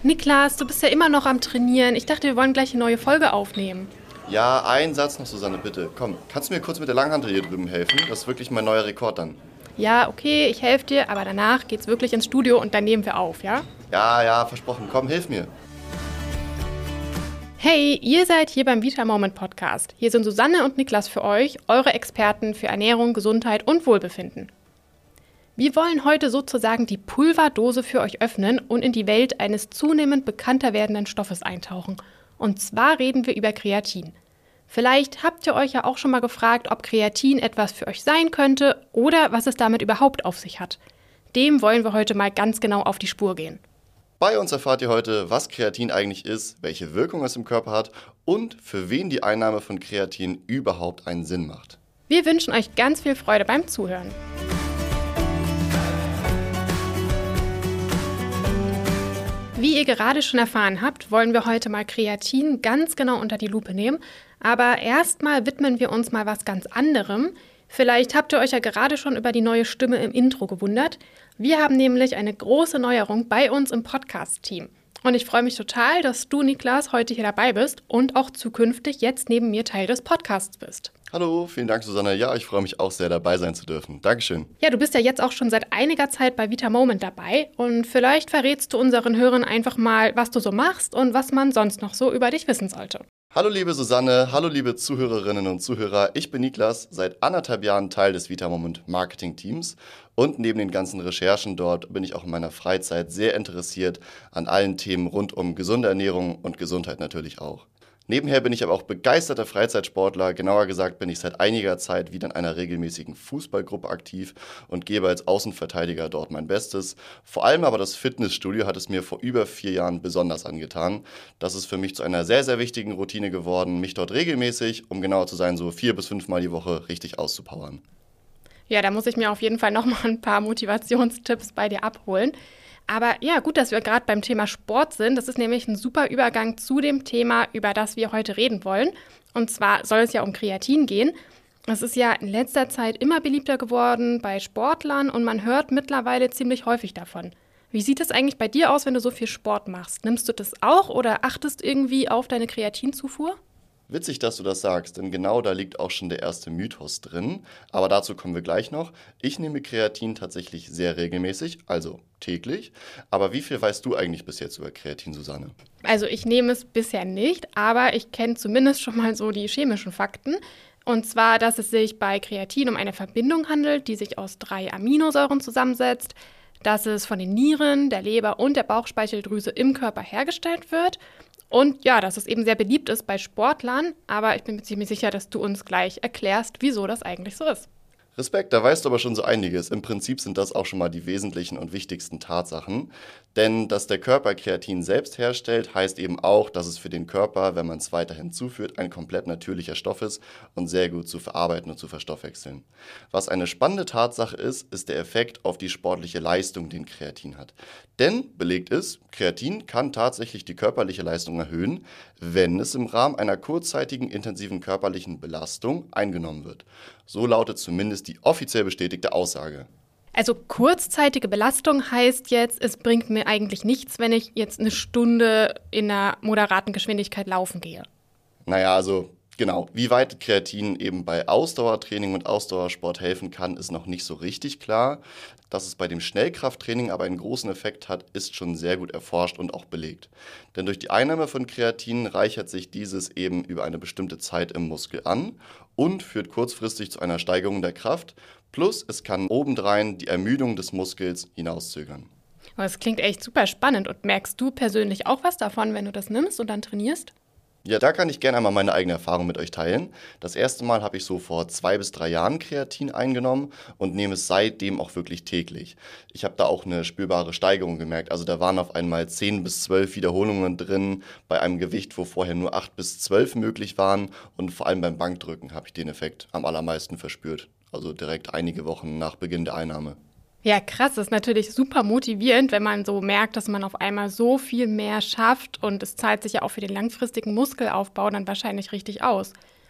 Niklas, du bist ja immer noch am Trainieren. Ich dachte, wir wollen gleich eine neue Folge aufnehmen. Ja, einen Satz noch, Susanne, bitte. Komm, kannst du mir kurz mit der Langhantel hier drüben helfen? Das ist wirklich mein neuer Rekord dann. Ja, okay, ich helfe dir, aber danach geht's wirklich ins Studio und dann nehmen wir auf, ja? Ja, versprochen. Komm, hilf mir. Hey, ihr seid hier beim Vita Moment Podcast. Hier sind Susanne und Niklas für euch, eure Experten für Ernährung, Gesundheit und Wohlbefinden. Wir wollen heute sozusagen die Pulverdose für euch öffnen und in die Welt eines zunehmend bekannter werdenden Stoffes eintauchen. Und zwar reden wir über Kreatin. Vielleicht habt ihr euch ja auch schon mal gefragt, ob Kreatin etwas für euch sein könnte oder was es damit überhaupt auf sich hat. Dem wollen wir heute mal ganz genau auf die Spur gehen. Bei uns erfahrt ihr heute, was Kreatin eigentlich ist, welche Wirkung es im Körper hat und für wen die Einnahme von Kreatin überhaupt einen Sinn macht. Wir wünschen euch ganz viel Freude beim Zuhören. Wie ihr gerade schon erfahren habt, wollen wir heute mal Kreatin ganz genau unter die Lupe nehmen. Aber erstmal widmen wir uns mal was ganz anderem. Vielleicht habt ihr euch ja gerade schon über die neue Stimme im Intro gewundert. Wir haben nämlich eine große Neuerung bei uns im Podcast-Team. Und ich freue mich total, dass du, Niklas, heute hier dabei bist und auch zukünftig jetzt neben mir Teil des Podcasts bist. Hallo, vielen Dank, Susanne. Ja, ich freue mich auch sehr, dabei sein zu dürfen. Dankeschön. Ja, du bist ja jetzt auch schon seit einiger Zeit bei Vita Moment dabei und vielleicht verrätst du unseren Hörern einfach mal, was du so machst und was man sonst noch so über dich wissen sollte. Hallo liebe Susanne, hallo liebe Zuhörerinnen und Zuhörer. Ich bin Niklas, seit 1,5 Jahren Teil des Vita Moment Marketing Teams und neben den ganzen Recherchen dort bin ich auch in meiner Freizeit sehr interessiert an allen Themen rund um gesunde Ernährung und Gesundheit natürlich auch. Nebenher bin ich aber auch begeisterter Freizeitsportler. Genauer gesagt bin ich seit einiger Zeit wieder in einer regelmäßigen Fußballgruppe aktiv und gebe als Außenverteidiger dort mein Bestes. Vor allem aber das Fitnessstudio hat es mir vor über 4 Jahren besonders angetan. Das ist für mich zu einer sehr, sehr wichtigen Routine geworden, mich dort regelmäßig, um genauer zu sein, so 4 bis 5 Mal die Woche richtig auszupowern. Ja, da muss ich mir auf jeden Fall noch mal ein paar Motivationstipps bei dir abholen. Aber ja, gut, dass wir gerade beim Thema Sport sind. Das ist nämlich ein super Übergang zu dem Thema, über das wir heute reden wollen. Und zwar soll es ja um Kreatin gehen. Es ist ja in letzter Zeit immer beliebter geworden bei Sportlern und man hört mittlerweile ziemlich häufig davon. Wie sieht es eigentlich bei dir aus, wenn du so viel Sport machst? Nimmst du das auch oder achtest irgendwie auf deine Kreatinzufuhr? Witzig, dass du das sagst, denn genau da liegt auch schon der erste Mythos drin. Aber dazu kommen wir gleich noch. Ich nehme Kreatin tatsächlich sehr regelmäßig, also täglich. Aber wie viel weißt du eigentlich bis jetzt über Kreatin, Susanne? Also ich nehme es bisher nicht, aber ich kenne zumindest schon mal so die chemischen Fakten. Und zwar, dass es sich bei Kreatin um eine Verbindung handelt, die sich aus 3 Aminosäuren zusammensetzt, dass es von den Nieren, der Leber und der Bauchspeicheldrüse im Körper hergestellt wird. Und ja, dass es eben sehr beliebt ist bei Sportlern, aber ich bin mir ziemlich sicher, dass du uns gleich erklärst, wieso das eigentlich so ist. Respekt, da weißt du aber schon so einiges. Im Prinzip sind das auch schon mal die wesentlichen und wichtigsten Tatsachen. Denn dass der Körper Kreatin selbst herstellt, heißt eben auch, dass es für den Körper, wenn man es weiterhin zuführt, ein komplett natürlicher Stoff ist und sehr gut zu verarbeiten und zu verstoffwechseln. Was eine spannende Tatsache ist, ist der Effekt auf die sportliche Leistung, den Kreatin hat. Denn belegt ist, Kreatin kann tatsächlich die körperliche Leistung erhöhen, wenn es im Rahmen einer kurzzeitigen intensiven körperlichen Belastung eingenommen wird. So lautet zumindest die offiziell bestätigte Aussage. Also kurzzeitige Belastung heißt jetzt, es bringt mir eigentlich nichts, wenn ich jetzt eine Stunde in einer moderaten Geschwindigkeit laufen gehe. Naja, also genau, wie weit Kreatin eben bei Ausdauertraining und Ausdauersport helfen kann, ist noch nicht so richtig klar. Dass es bei dem Schnellkrafttraining aber einen großen Effekt hat, ist schon sehr gut erforscht und auch belegt. Denn durch die Einnahme von Kreatin reichert sich dieses eben über eine bestimmte Zeit im Muskel an und führt kurzfristig zu einer Steigerung der Kraft. Plus es kann obendrein die Ermüdung des Muskels hinauszögern. Das klingt echt super spannend. Und merkst du persönlich auch was davon, wenn du das nimmst und dann trainierst? Ja, da kann ich gerne einmal meine eigene Erfahrung mit euch teilen. Das erste Mal habe ich so vor 2 bis 3 Jahren Kreatin eingenommen und nehme es seitdem auch wirklich täglich. Ich habe da auch eine spürbare Steigerung gemerkt. Also da waren auf einmal 10 bis 12 Wiederholungen drin bei einem Gewicht, wo vorher nur 8 bis 12 möglich waren. Und vor allem beim Bankdrücken habe ich den Effekt am allermeisten verspürt. Also direkt einige Wochen nach Beginn der Einnahme. Ja, krass, das ist natürlich super motivierend, wenn man so merkt, dass man auf einmal so viel mehr schafft und es zahlt sich ja auch für den langfristigen Muskelaufbau dann wahrscheinlich richtig aus.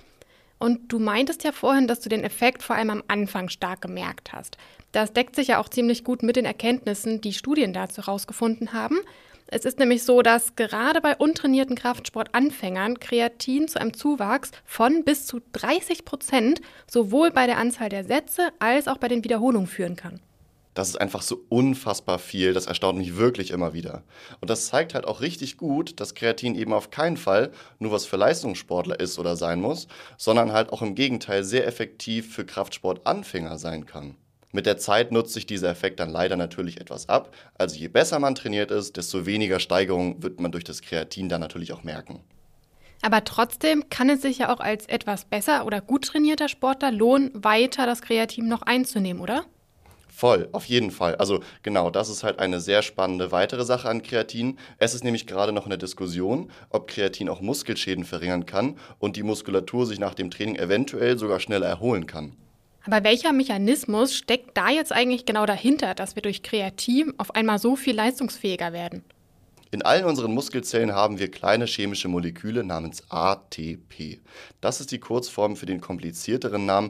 Und du meintest ja vorhin, dass du den Effekt vor allem am Anfang stark gemerkt hast. Das deckt sich ja auch ziemlich gut mit den Erkenntnissen, die Studien dazu herausgefunden haben. Es ist nämlich so, dass gerade bei untrainierten Kraftsportanfängern Kreatin zu einem Zuwachs von bis zu 30% sowohl bei der Anzahl der Sätze als auch bei den Wiederholungen führen kann. Das ist einfach so unfassbar viel, das erstaunt mich wirklich immer wieder. Und das zeigt halt auch richtig gut, dass Kreatin eben auf keinen Fall nur was für Leistungssportler ist oder sein muss, sondern halt auch im Gegenteil sehr effektiv für Kraftsportanfänger sein kann. Mit der Zeit nutzt sich dieser Effekt dann leider natürlich etwas ab. Also je besser man trainiert ist, desto weniger Steigerung wird man durch das Kreatin dann natürlich auch merken. Aber trotzdem kann es sich ja auch als etwas besser oder gut trainierter Sportler lohnen, weiter das Kreatin noch einzunehmen, oder? Voll, auf jeden Fall. Also genau, das ist halt eine sehr spannende weitere Sache an Kreatin. Es ist nämlich gerade noch in der Diskussion, ob Kreatin auch Muskelschäden verringern kann und die Muskulatur sich nach dem Training eventuell sogar schneller erholen kann. Aber welcher Mechanismus steckt da jetzt eigentlich genau dahinter, dass wir durch Kreatin auf einmal so viel leistungsfähiger werden? In allen unseren Muskelzellen haben wir kleine chemische Moleküle namens ATP. Das ist die Kurzform für den komplizierteren Namen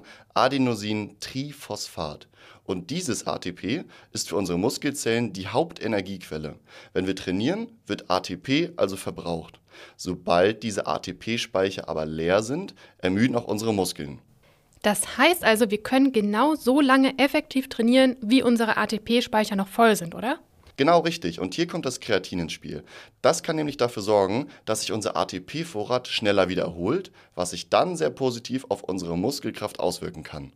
Adenosintriphosphat. Und dieses ATP ist für unsere Muskelzellen die Hauptenergiequelle. Wenn wir trainieren, wird ATP also verbraucht. Sobald diese ATP-Speicher aber leer sind, ermüden auch unsere Muskeln. Das heißt also, wir können genau so lange effektiv trainieren, wie unsere ATP-Speicher noch voll sind, oder? Genau richtig. Und hier kommt das Kreatin ins Spiel. Das kann nämlich dafür sorgen, dass sich unser ATP-Vorrat schneller wieder erholt, was sich dann sehr positiv auf unsere Muskelkraft auswirken kann.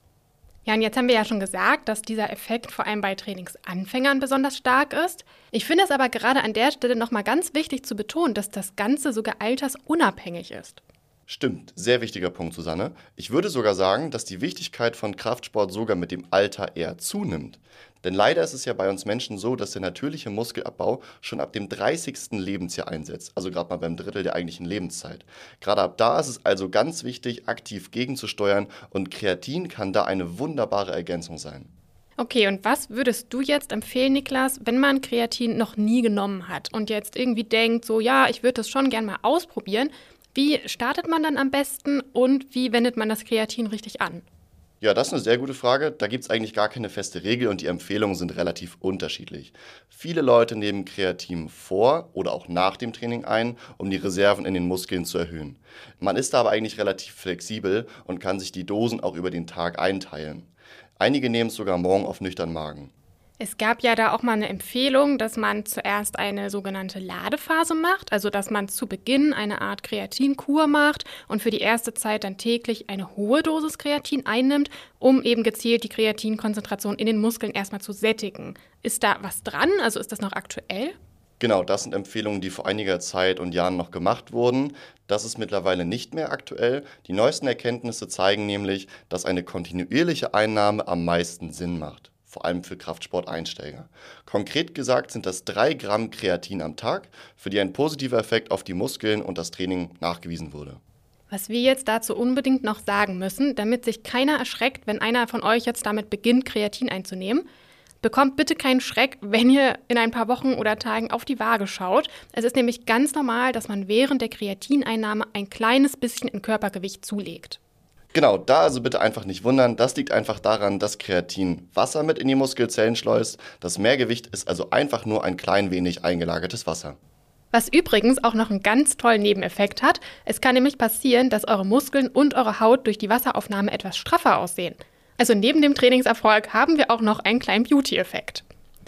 Ja, und jetzt haben wir ja schon gesagt, dass dieser Effekt vor allem bei Trainingsanfängern besonders stark ist. Ich finde es aber gerade an der Stelle nochmal ganz wichtig zu betonen, dass das Ganze sogar altersunabhängig ist. Stimmt, sehr wichtiger Punkt, Susanne. Ich würde sogar sagen, dass die Wichtigkeit von Kraftsport sogar mit dem Alter eher zunimmt. Denn leider ist es ja bei uns Menschen so, dass der natürliche Muskelabbau schon ab dem 30. Lebensjahr einsetzt, also gerade mal beim Drittel der eigentlichen Lebenszeit. Gerade ab da ist es also ganz wichtig, aktiv gegenzusteuern und Kreatin kann da eine wunderbare Ergänzung sein. Okay, und was würdest du jetzt empfehlen, Niklas, wenn man Kreatin noch nie genommen hat und jetzt irgendwie denkt, so ja, ich würde das schon gern mal ausprobieren? Wie startet man dann am besten und wie wendet man das Kreatin richtig an? Ja, das ist eine sehr gute Frage. Da gibt es eigentlich gar keine feste Regel und die Empfehlungen sind relativ unterschiedlich. Viele Leute nehmen Kreatin vor oder auch nach dem Training ein, um die Reserven in den Muskeln zu erhöhen. Man ist da aber eigentlich relativ flexibel und kann sich die Dosen auch über den Tag einteilen. Einige nehmen es sogar morgen auf nüchternen Magen. Es gab ja da auch mal eine Empfehlung, dass man zuerst eine sogenannte Ladephase macht, also dass man zu Beginn eine Art Kreatinkur macht und für die erste Zeit dann täglich eine hohe Dosis Kreatin einnimmt, um eben gezielt die Kreatinkonzentration in den Muskeln erstmal zu sättigen. Ist da was dran? Also ist das noch aktuell? Genau, das sind Empfehlungen, die vor einiger Zeit und Jahren noch gemacht wurden. Das ist mittlerweile nicht mehr aktuell. Die neuesten Erkenntnisse zeigen nämlich, dass eine kontinuierliche Einnahme am meisten Sinn macht. Vor allem für Kraftsporteinsteiger. Konkret gesagt sind das 3 Gramm Kreatin am Tag, für die ein positiver Effekt auf die Muskeln und das Training nachgewiesen wurde. Was wir jetzt dazu unbedingt noch sagen müssen, damit sich keiner erschreckt, wenn einer von euch jetzt damit beginnt, Kreatin einzunehmen, bekommt bitte keinen Schreck, wenn ihr in ein paar Wochen oder Tagen auf die Waage schaut. Es ist nämlich ganz normal, dass man während der Kreatineinnahme ein kleines bisschen in Körpergewicht zulegt. Genau, da also bitte einfach nicht wundern. Das liegt einfach daran, dass Kreatin Wasser mit in die Muskelzellen schleust. Das Mehrgewicht ist also einfach nur ein klein wenig eingelagertes Wasser. Was übrigens auch noch einen ganz tollen Nebeneffekt hat. Es kann nämlich passieren, dass eure Muskeln und eure Haut durch die Wasseraufnahme etwas straffer aussehen. Also neben dem Trainingserfolg haben wir auch noch einen kleinen Beauty-Effekt.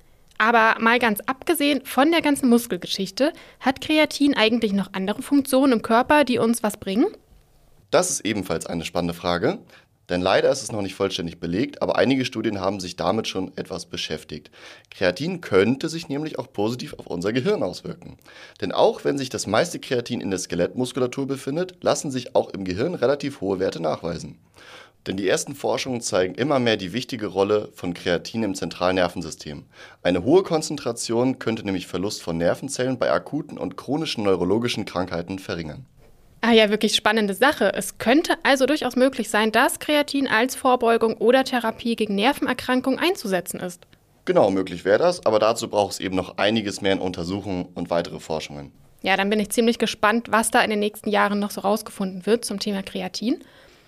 Aber mal ganz abgesehen von der ganzen Muskelgeschichte, hat Kreatin eigentlich noch andere Funktionen im Körper, die uns was bringen? Das ist ebenfalls eine spannende Frage, denn leider ist es noch nicht vollständig belegt, aber einige Studien haben sich damit schon etwas beschäftigt. Kreatin könnte sich nämlich auch positiv auf unser Gehirn auswirken. Denn auch wenn sich das meiste Kreatin in der Skelettmuskulatur befindet, lassen sich auch im Gehirn relativ hohe Werte nachweisen. Denn die ersten Forschungen zeigen immer mehr die wichtige Rolle von Kreatin im Zentralnervensystem. Eine hohe Konzentration könnte nämlich Verlust von Nervenzellen bei akuten und chronischen neurologischen Krankheiten verringern. Ah ja, wirklich spannende Sache. Es könnte also durchaus möglich sein, dass Kreatin als Vorbeugung oder Therapie gegen Nervenerkrankungen einzusetzen ist. Genau, möglich wäre das, aber dazu braucht es eben noch einiges mehr in Untersuchungen und weitere Forschungen. Ja, dann bin ich ziemlich gespannt, was da in den nächsten Jahren noch so rausgefunden wird zum Thema Kreatin.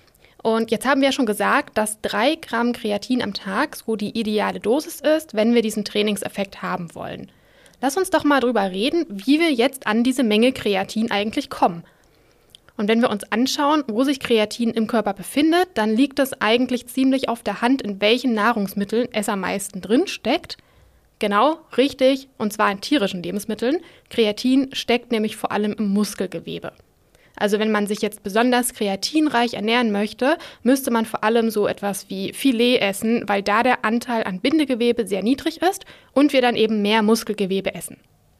Und jetzt haben wir ja schon gesagt, dass 3 Gramm Kreatin am Tag so die ideale Dosis ist, wenn wir diesen Trainingseffekt haben wollen. Lass uns doch mal drüber reden, wie wir jetzt an diese Menge Kreatin eigentlich kommen. Und wenn wir uns anschauen, wo sich Kreatin im Körper befindet, dann liegt es eigentlich ziemlich auf der Hand, in welchen Nahrungsmitteln es am meisten drin steckt. Genau, richtig, und zwar in tierischen Lebensmitteln. Kreatin steckt nämlich vor allem im Muskelgewebe. Also wenn man sich jetzt besonders kreatinreich ernähren möchte, müsste man vor allem so etwas wie Filet essen, weil da der Anteil an Bindegewebe sehr niedrig ist und wir dann eben mehr Muskelgewebe essen.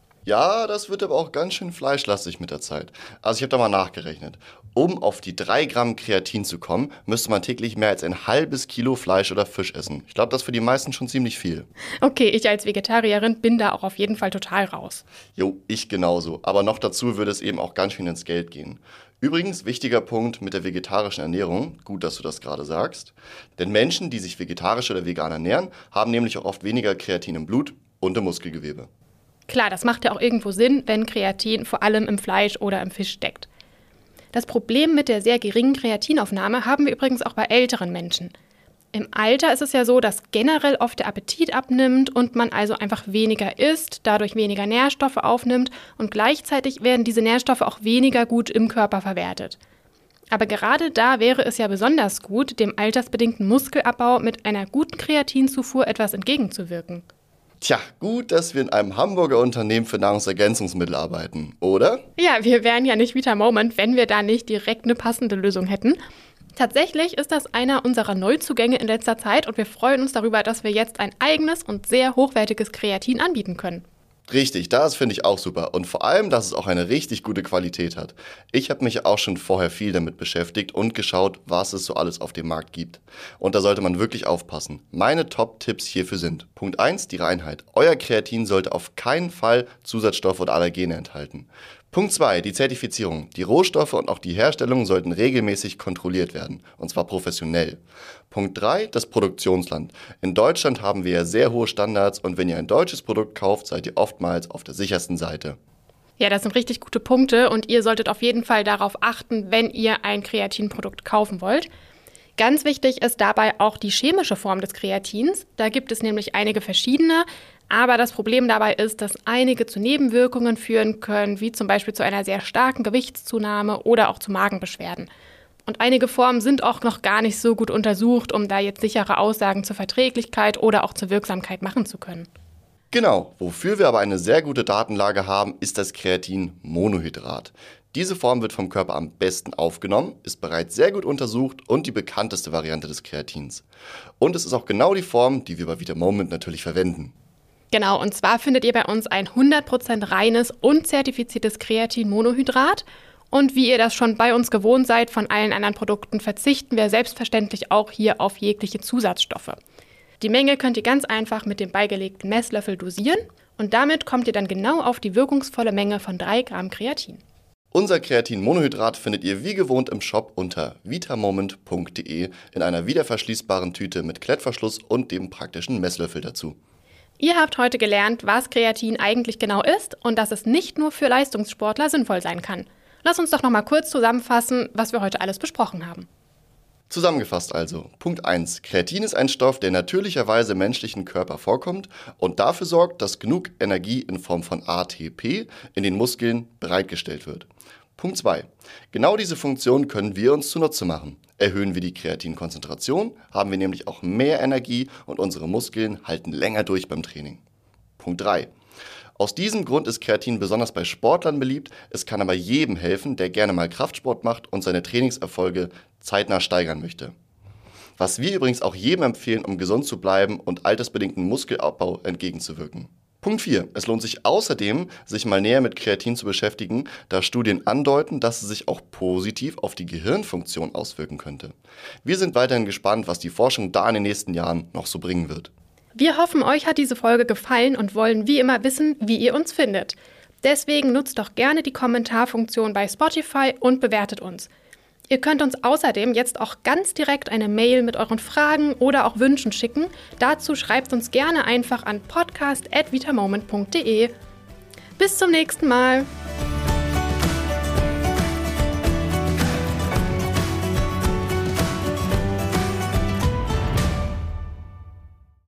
Ja, das wird aber auch ganz schön fleischlastig mit der Zeit. Also ich habe da mal nachgerechnet. Um auf die 3 Gramm Kreatin zu kommen, müsste man täglich mehr als ein halbes Kilo Fleisch oder Fisch essen. Ich glaube, das ist für die meisten schon ziemlich viel. Okay, ich als Vegetarierin bin da auch auf jeden Fall total raus. Jo, ich genauso. Aber noch dazu würde es eben auch ganz schön ins Geld gehen. Übrigens, wichtiger Punkt mit der vegetarischen Ernährung, gut, dass du das gerade sagst. Denn Menschen, die sich vegetarisch oder vegan ernähren, haben nämlich auch oft weniger Kreatin im Blut und im Muskelgewebe. Klar, das macht ja auch irgendwo Sinn, wenn Kreatin vor allem im Fleisch oder im Fisch steckt. Das Problem mit der sehr geringen Kreatinaufnahme haben wir übrigens auch bei älteren Menschen. Im Alter ist es ja so, dass generell oft der Appetit abnimmt und man also einfach weniger isst, dadurch weniger Nährstoffe aufnimmt und gleichzeitig werden diese Nährstoffe auch weniger gut im Körper verwertet. Aber gerade da wäre es ja besonders gut, dem altersbedingten Muskelabbau mit einer guten Kreatinzufuhr etwas entgegenzuwirken. Tja, gut, dass wir in einem Hamburger Unternehmen für Nahrungsergänzungsmittel arbeiten, oder? Ja, wir wären ja nicht Vita Moment, wenn wir da nicht direkt eine passende Lösung hätten. Tatsächlich ist das einer unserer Neuzugänge in letzter Zeit und wir freuen uns darüber, dass wir jetzt ein eigenes und sehr hochwertiges Kreatin anbieten können. Richtig, das finde ich auch super. Und vor allem, dass es auch eine richtig gute Qualität hat. Ich habe mich auch schon vorher viel damit beschäftigt und geschaut, was es so alles auf dem Markt gibt. Und da sollte man wirklich aufpassen. Meine Top-Tipps hierfür sind: Punkt 1, die Reinheit. Euer Kreatin sollte auf keinen Fall Zusatzstoffe oder Allergene enthalten. Punkt 2, die Zertifizierung. Die Rohstoffe und auch die Herstellung sollten regelmäßig kontrolliert werden, und zwar professionell. Punkt 3, das Produktionsland. In Deutschland haben wir ja sehr hohe Standards und wenn ihr ein deutsches Produkt kauft, seid ihr oftmals auf der sichersten Seite. Ja, das sind richtig gute Punkte und ihr solltet auf jeden Fall darauf achten, wenn ihr ein Kreatinprodukt kaufen wollt. Ganz wichtig ist dabei auch die chemische Form des Kreatins. Da gibt es nämlich einige verschiedene. Aber das Problem dabei ist, dass einige zu Nebenwirkungen führen können, wie zum Beispiel zu einer sehr starken Gewichtszunahme oder auch zu Magenbeschwerden. Und einige Formen sind auch noch gar nicht so gut untersucht, um da jetzt sichere Aussagen zur Verträglichkeit oder auch zur Wirksamkeit machen zu können. Genau, wofür wir aber eine sehr gute Datenlage haben, ist das Kreatinmonohydrat. Diese Form wird vom Körper am besten aufgenommen, ist bereits sehr gut untersucht und die bekannteste Variante des Kreatins. Und es ist auch genau die Form, die wir bei Vita Moment natürlich verwenden. Genau, und zwar findet ihr bei uns ein 100% reines und zertifiziertes Kreatinmonohydrat. Und wie ihr das schon bei uns gewohnt seid von allen anderen Produkten, verzichten wir selbstverständlich auch hier auf jegliche Zusatzstoffe. Die Menge könnt ihr ganz einfach mit dem beigelegten Messlöffel dosieren und damit kommt ihr dann genau auf die wirkungsvolle Menge von 3 Gramm Kreatin. Unser Kreatinmonohydrat findet ihr wie gewohnt im Shop unter vitamoment.de in einer wiederverschließbaren Tüte mit Klettverschluss und dem praktischen Messlöffel dazu. Ihr habt heute gelernt, was Kreatin eigentlich genau ist und dass es nicht nur für Leistungssportler sinnvoll sein kann. Lass uns doch noch mal kurz zusammenfassen, was wir heute alles besprochen haben. Zusammengefasst also, Punkt 1. Kreatin ist ein Stoff, der natürlicherweise im menschlichen Körper vorkommt und dafür sorgt, dass genug Energie in Form von ATP in den Muskeln bereitgestellt wird. Punkt 2. Genau diese Funktion können wir uns zunutze machen. Erhöhen wir die Kreatinkonzentration, haben wir nämlich auch mehr Energie und unsere Muskeln halten länger durch beim Training. Punkt 3. Aus diesem Grund ist Kreatin besonders bei Sportlern beliebt. Es kann aber jedem helfen, der gerne mal Kraftsport macht und seine Trainingserfolge zeitnah steigern möchte. Was wir übrigens auch jedem empfehlen, um gesund zu bleiben und altersbedingten Muskelabbau entgegenzuwirken. Punkt 4. Es lohnt sich außerdem, sich mal näher mit Kreatin zu beschäftigen, da Studien andeuten, dass es sich auch positiv auf die Gehirnfunktion auswirken könnte. Wir sind weiterhin gespannt, was die Forschung da in den nächsten Jahren noch so bringen wird. Wir hoffen, euch hat diese Folge gefallen und wollen wie immer wissen, wie ihr uns findet. Deswegen nutzt doch gerne die Kommentarfunktion bei Spotify und bewertet uns. Ihr könnt uns außerdem jetzt auch ganz direkt eine Mail mit euren Fragen oder auch Wünschen schicken. Dazu schreibt uns gerne einfach an podcast@vitamoment.de. Bis zum nächsten Mal!